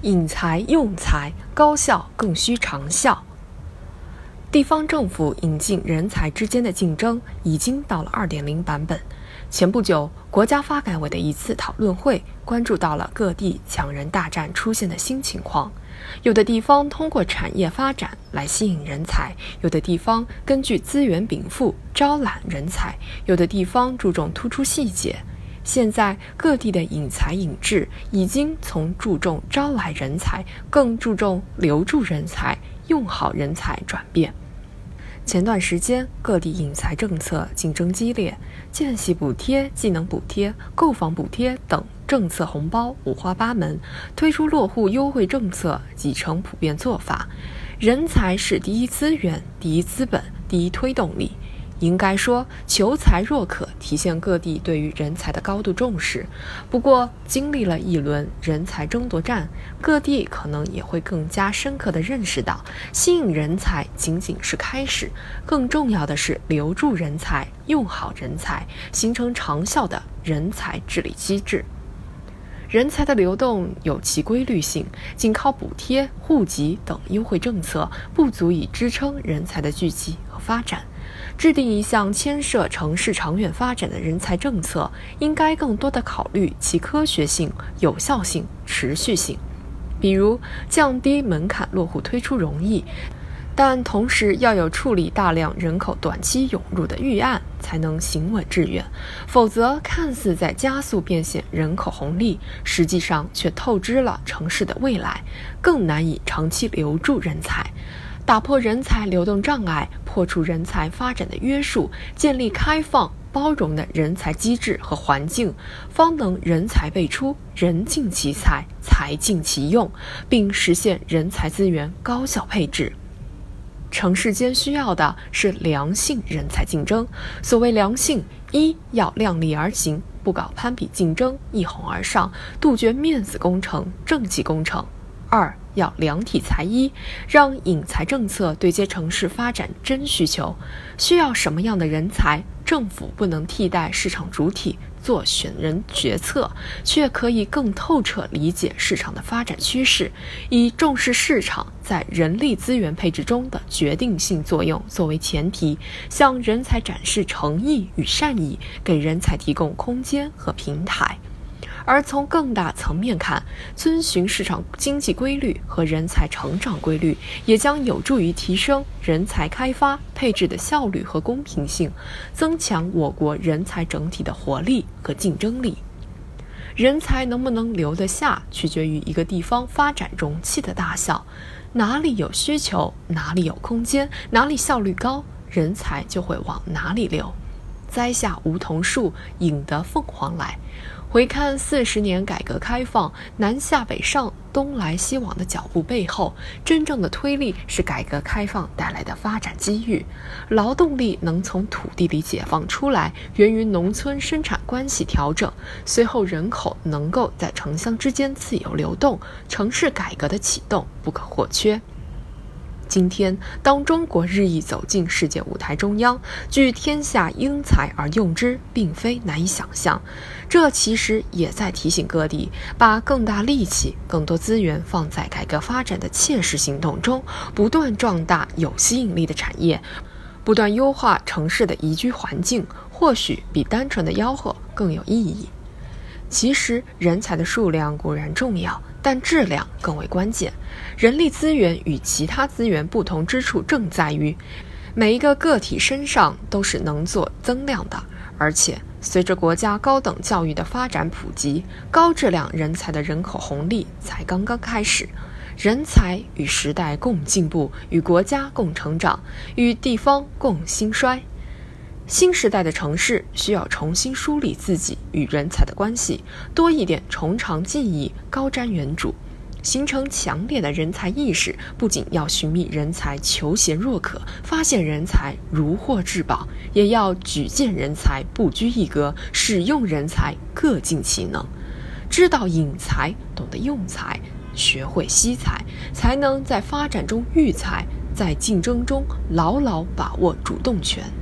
引才用才，高效更需长效。地方政府引进人才之间的竞争已经到了 2.0 版本。前不久，国家发改委的一次讨论会关注到了各地抢人大战出现的新情况。有的地方通过产业发展来吸引人才，有的地方根据资源禀赋招揽人才，有的地方注重突出细节。现在各地的引才引智已经从注重招来人才，更注重留住人才、用好人才转变。前段时间各地引才政策竞争激烈，见习补贴、技能补贴、购房补贴等政策红包五花八门，推出落户优惠政策几成普遍做法。人才是第一资源、第一资本、第一推动力。应该说，求才若渴体现各地对于人才的高度重视。不过，经历了一轮人才争夺战，各地可能也会更加深刻地认识到，吸引人才仅仅是开始，更重要的是留住人才、用好人才，形成长效的人才治理机制。人才的流动有其规律性，仅靠补贴、户籍等优惠政策不足以支撑人才的聚集和发展。制定一项牵涉城市长远发展的人才政策，应该更多地考虑其科学性、有效性、持续性。比如，降低门槛落户推出容易，但同时要有处理大量人口短期涌入的预案，才能行稳致远。否则，看似在加速变现人口红利，实际上却透支了城市的未来，更难以长期留住人才。打破人才流动障碍，破除人才发展的约束，建立开放包容的人才机制和环境，方能人才辈出，人尽其才，才尽其用，并实现人才资源高效配置。城市间需要的是良性人才竞争。所谓良性，一要量力而行，不搞攀比竞争，一哄而上，杜绝面子工程、政绩工程。二要量体裁衣，让引才政策对接城市发展真需求，需要什么样的人才，政府不能替代市场主体做选人决策，却可以更透彻理解市场的发展趋势，以重视市场在人力资源配置中的决定性作用作为前提，向人才展示诚意与善意，给人才提供空间和平台。而从更大层面看，遵循市场经济规律和人才成长规律，也将有助于提升人才开发配置的效率和公平性，增强我国人才整体的活力和竞争力。人才能不能留得下，取决于一个地方发展容器的大小。哪里有需求，哪里有空间，哪里效率高，人才就会往哪里流。栽下梧桐树，引得凤凰来。回看40年改革开放，南下北上、东来西往的脚步背后，真正的推力是改革开放带来的发展机遇。劳动力能从土地里解放出来，源于农村生产关系调整，随后人口能够在城乡之间自由流动，城市改革的启动不可或缺。今天，当中国日益走进世界舞台中央，聚天下英才而用之，并非难以想象。这其实也在提醒各地，把更大力气、更多资源放在改革发展的切实行动中，不断壮大有吸引力的产业，不断优化城市的宜居环境，或许比单纯的吆喝更有意义。其实，人才的数量固然重要，但质量更为关键。人力资源与其他资源不同之处正在于，每一个个体身上都是能做增量的，而且随着国家高等教育的发展普及，高质量人才的人口红利才刚刚开始。人才与时代共进步，与国家共成长，与地方共兴衰。新时代的城市需要重新梳理自己与人才的关系，多一点从长计议、高瞻远瞩，形成强烈的人才意识。不仅要寻觅人才求贤若渴，发现人才如获至宝，也要举荐人才不拘一格，使用人才各尽其能。知道引才，懂得用才，学会惜才，才能在发展中育才，在竞争中牢牢把握主动权。